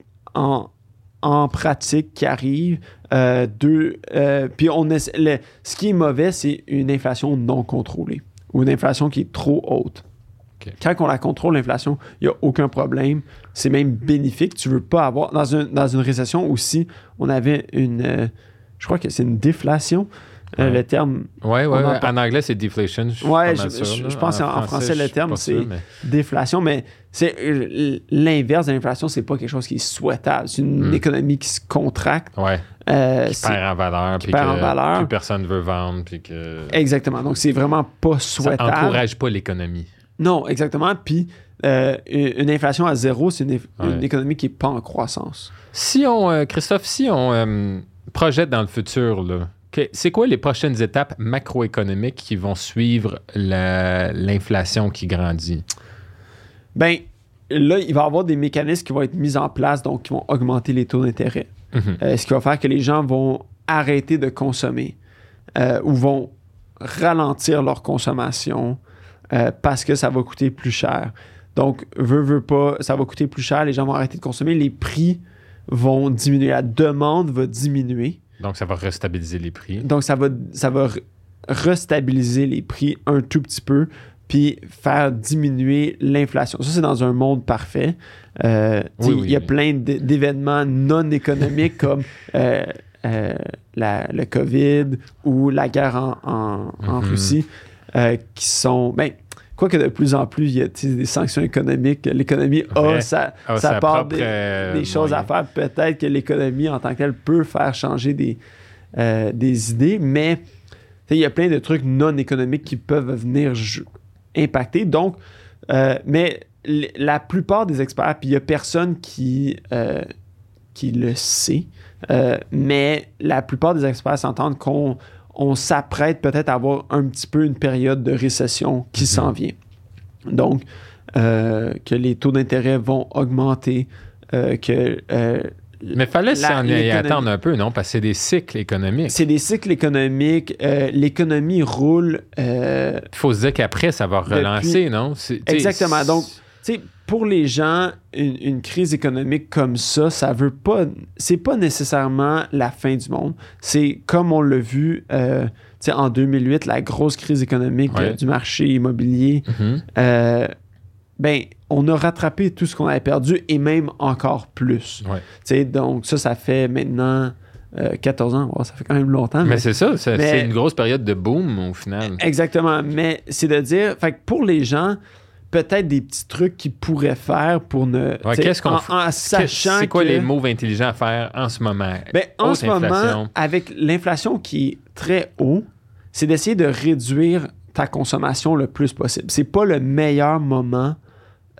en, en pratique qui arrivent. Euh, deux, euh, puis, on essa- le, ce qui est mauvais, c'est une inflation non contrôlée ou une inflation qui est trop haute. Okay. Quand on la contrôle, l'inflation, il n'y a aucun problème. C'est même bénéfique. Tu ne veux pas avoir... Dans, un, dans une récession aussi, on avait une... Euh, je crois que c'est une déflation. Euh, ouais. Le terme... Oui, ouais, ouais. En anglais, c'est deflation. Je ouais, je, sûr, je, je pense en, en français, français le terme, c'est sûr, mais... déflation, mais c'est l'inverse de l'inflation, c'est pas quelque chose qui est souhaitable. C'est une mm. économie qui se contracte. Ouais. Euh, qui perd en valeur. Qui perd que en valeur. Plus personne ne veut vendre. Puis que... Exactement. Donc, c'est vraiment pas souhaitable. Ça n'encourage pas l'économie. Non, exactement. Puis, euh, une inflation à zéro, c'est une, ouais. une économie qui n'est pas en croissance. Si on... Euh, Christophe, si on euh, projette dans le futur, là, Okay. C'est quoi les prochaines étapes macroéconomiques qui vont suivre la, l'inflation qui grandit? Bien, là, il va y avoir des mécanismes qui vont être mis en place, donc qui vont augmenter les taux d'intérêt. Mm-hmm. Euh, ce qui va faire que les gens vont arrêter de consommer euh, ou vont ralentir leur consommation euh, parce que ça va coûter plus cher. Donc, veut, veut pas, ça va coûter plus cher, les gens vont arrêter de consommer, les prix vont diminuer, la demande va diminuer. Donc, ça va restabiliser les prix. Donc, ça va, ça va restabiliser les prix un tout petit peu, puis faire diminuer l'inflation. Ça, c'est dans un monde parfait. Euh, oui, oui, il y a oui. plein d'événements non économiques comme euh, euh, la, le COVID ou la guerre en, en, mm-hmm. en Russie euh, qui sont... Ben, quoique de plus en plus, il y a des sanctions économiques. L'économie a ouais. sa, ah, sa part propre, des, euh, des choses moyen. à faire. Peut-être que l'économie en tant que telle peut faire changer des, euh, des idées, mais il y a plein de trucs non économiques qui peuvent venir ju- impacter. Donc, euh, mais l- la plupart des experts, puis il n'y a personne qui, euh, qui le sait, euh, mais la plupart des experts s'entendent qu'on on s'apprête peut-être à avoir un petit peu une période de récession qui mm-hmm. s'en vient. Donc, euh, que les taux d'intérêt vont augmenter, euh, que... Euh, Mais fallait s'en y attendre un peu, non? Parce que c'est des cycles économiques. C'est des cycles économiques. Euh, l'économie roule... Il euh, faut se dire qu'après, ça va relancer, depuis... non? C'est, Exactement. Donc, tu sais, pour les gens, une, une crise économique comme ça, ça veut pas... C'est pas nécessairement la fin du monde. C'est comme on l'a vu euh, en deux mille huit, la grosse crise économique ouais. euh, du marché immobilier. Mm-hmm. Euh, ben, on a rattrapé tout ce qu'on avait perdu et même encore plus. Ouais. Donc, ça, ça fait maintenant... Euh, quatorze ans, oh, ça fait quand même longtemps. Mais, mais c'est ça, c'est, mais, c'est une grosse période de boom au final. Exactement, mais c'est de dire, fait que pour les gens, peut-être des petits trucs qu'ils pourraient faire pour ne... Ouais, qu'est-ce qu'on en, en sachant C'est quoi que, les moves intelligents à faire en ce moment? Ben, en ce inflation. moment, avec l'inflation qui est très haut, c'est d'essayer de réduire ta consommation le plus possible. C'est pas le meilleur moment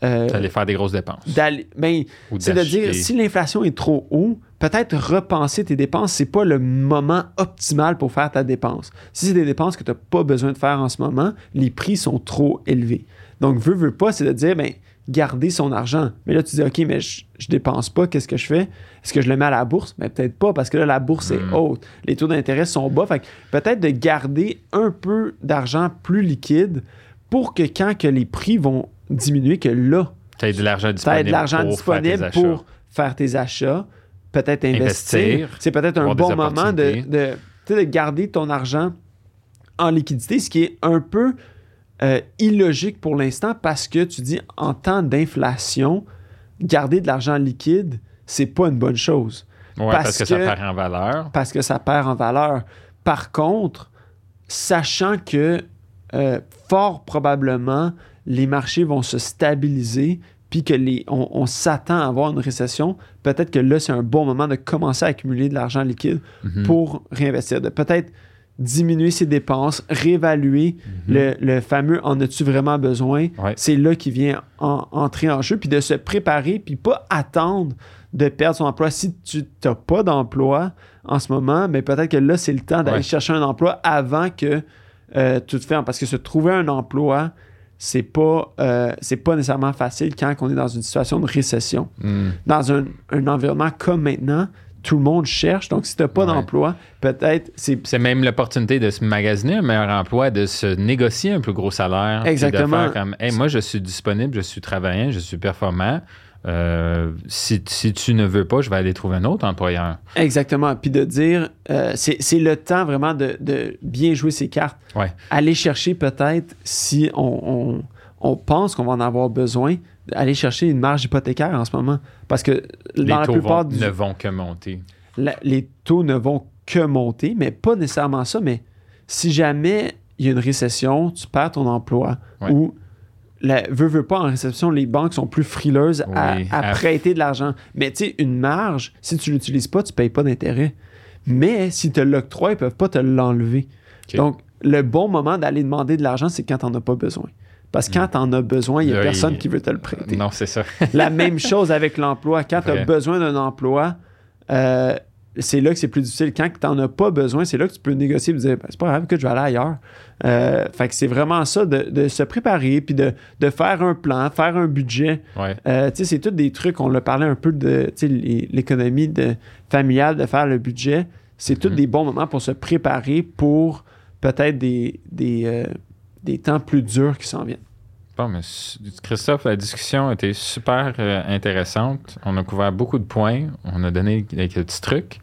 Euh, d'aller faire des grosses dépenses. Ben, c'est de dire, si l'inflation est trop haut, peut-être repenser tes dépenses, c'est pas le moment optimal pour faire ta dépense. Si c'est des dépenses que tu n'as pas besoin de faire en ce moment, les prix sont trop élevés. Donc, veux, veux pas, c'est de dire, ben, garder son argent. Mais là, tu dis, OK, mais je, je dépense pas, qu'est-ce que je fais? Est-ce que je le mets à la bourse? Ben, peut-être pas, parce que là, la bourse est mmh. haute. Les taux d'intérêt sont bas. Fait que peut-être de garder un peu d'argent plus liquide pour que quand que les prix vont diminuer, que là, tu as de l'argent disponible, de l'argent pour, disponible faire pour faire tes achats, peut-être investir. investir c'est peut-être un bon moment de, de, de garder ton argent en liquidité, ce qui est un peu euh, illogique pour l'instant parce que tu dis, en temps d'inflation, garder de l'argent liquide, c'est pas une bonne chose. Oui, parce, parce que, que ça perd en valeur. Parce que ça perd en valeur. Par contre, sachant que euh, fort probablement, les marchés vont se stabiliser, puis que les, on, on s'attend à avoir une récession, peut-être que là, c'est un bon moment de commencer à accumuler de l'argent liquide mm-hmm. pour réinvestir, de peut-être diminuer ses dépenses, réévaluer mm-hmm. le, le fameux « en as-tu vraiment besoin ouais. ?» C'est là qu'il vient en, entrer en jeu, puis de se préparer, puis pas attendre de perdre son emploi. Si tu n'as pas d'emploi en ce moment, mais peut-être que là, c'est le temps d'aller ouais. chercher un emploi avant que euh, tout ferme, parce que se trouver un emploi, c'est pas, euh, c'est pas nécessairement facile quand on est dans une situation de récession. Mm. Dans un, un environnement comme maintenant, tout le monde cherche. Donc, si tu n'as pas ouais. d'emploi, peut-être... C'est... c'est même l'opportunité de se magasiner un meilleur emploi, de se négocier un plus gros salaire. Exactement. De faire comme, hey, moi, je suis disponible, je suis travaillant, je suis performant. Euh, si, si tu ne veux pas, je vais aller trouver un autre employeur. Exactement. Puis de dire, euh, c'est, c'est le temps vraiment de, de bien jouer ses cartes. Ouais. Aller chercher peut-être, si on, on, on pense qu'on va en avoir besoin, aller chercher une marge hypothécaire en ce moment. Parce que les dans la taux plupart vont, du, ne vont que monter. La, les taux ne vont que monter, mais pas nécessairement ça. Mais si jamais il y a une récession, tu perds ton emploi ouais. ou... La, veux, veux pas, en réception, les banques sont plus frileuses à, oui, à, à prêter de l'argent. Mais tu sais, une marge, si tu ne l'utilises pas, tu ne payes pas d'intérêt. Mais si tu te l'octroies, ils ne peuvent pas te l'enlever. Okay. Donc, le bon moment d'aller demander de l'argent, c'est quand tu n'en as pas besoin. Parce que quand tu en as besoin, il n'y a Là, personne il... qui veut te le prêter. Non, c'est ça. La même chose avec l'emploi. Quand tu as besoin d'un emploi, euh, c'est là que c'est plus difficile. Quand tu n'en as pas besoin, c'est là que tu peux négocier et dire ben, c'est pas grave que je vais aller ailleurs. Euh, fait que c'est vraiment ça, de, de se préparer puis de, de faire un plan, faire un budget. Ouais. Euh, c'est tous des trucs, on l'a parlé un peu de l'économie de, familiale, de faire le budget. C'est mm-hmm. tous des bons moments pour se préparer pour peut-être des, des, euh, des temps plus durs qui s'en viennent. Bon, mais Christophe, la discussion a été super euh, intéressante. On a couvert beaucoup de points. On a donné quelques petits trucs.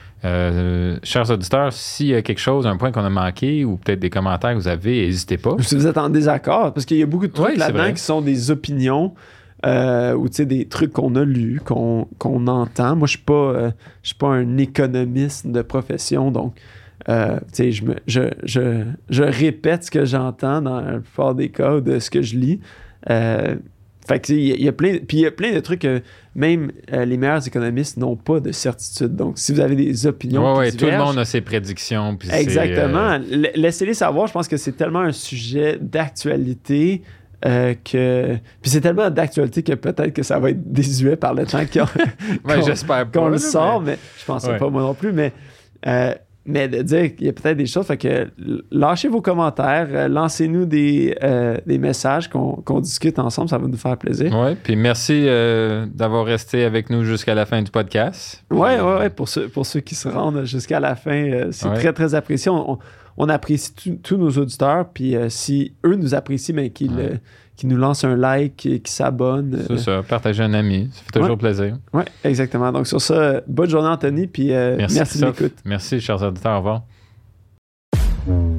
Euh, chers auditeurs, s'il y a quelque chose, un point qu'on a manqué ou peut-être des commentaires que vous avez, n'hésitez pas. Si vous êtes en désaccord, parce qu'il y a beaucoup de trucs oui, là-dedans qui sont des opinions euh, ou des trucs qu'on a lus, qu'on, qu'on entend. Moi, je ne euh, suis pas un économiste de profession, donc euh, je, me, je, je, je répète ce que j'entends dans la plupart des cas de ce que je lis. Euh, Fait que il y, y a plein, puis il y a plein de trucs que même euh, les meilleurs économistes n'ont pas de certitude. Donc, si vous avez des opinions ouais, qui ouais, tout le monde a ses prédictions. Puis exactement. C'est, euh... Laissez-les savoir. Je pense que c'est tellement un sujet d'actualité euh, que... Puis c'est tellement d'actualité que peut-être que ça va être désuet par le temps qu'on, ouais, qu'on, j'espère pas, qu'on le là, sort, mais, mais je pense ouais. pas moi non plus. Mais... Euh, Mais de dire qu'il y a peut-être des choses, fait que lâchez vos commentaires, euh, lancez-nous des, euh, des messages qu'on, qu'on discute ensemble, ça va nous faire plaisir. Oui, puis merci euh, d'avoir resté avec nous jusqu'à la fin du podcast. Oui, oui, ouais, pour, ceux, pour ceux qui se rendent jusqu'à la fin, euh, c'est ouais. très, très apprécié. On, on, on apprécie tous nos auditeurs, puis euh, si eux nous apprécient, mais qu'ils... Ouais. Euh, qui nous lance un like, qui, qui s'abonne. C'est euh... ça, partager un ami, ça fait toujours ouais. plaisir. Oui, exactement. Donc sur ça, bonne journée Anthony, puis euh, merci, merci de l'écoute. Merci, chers auditeurs, au revoir.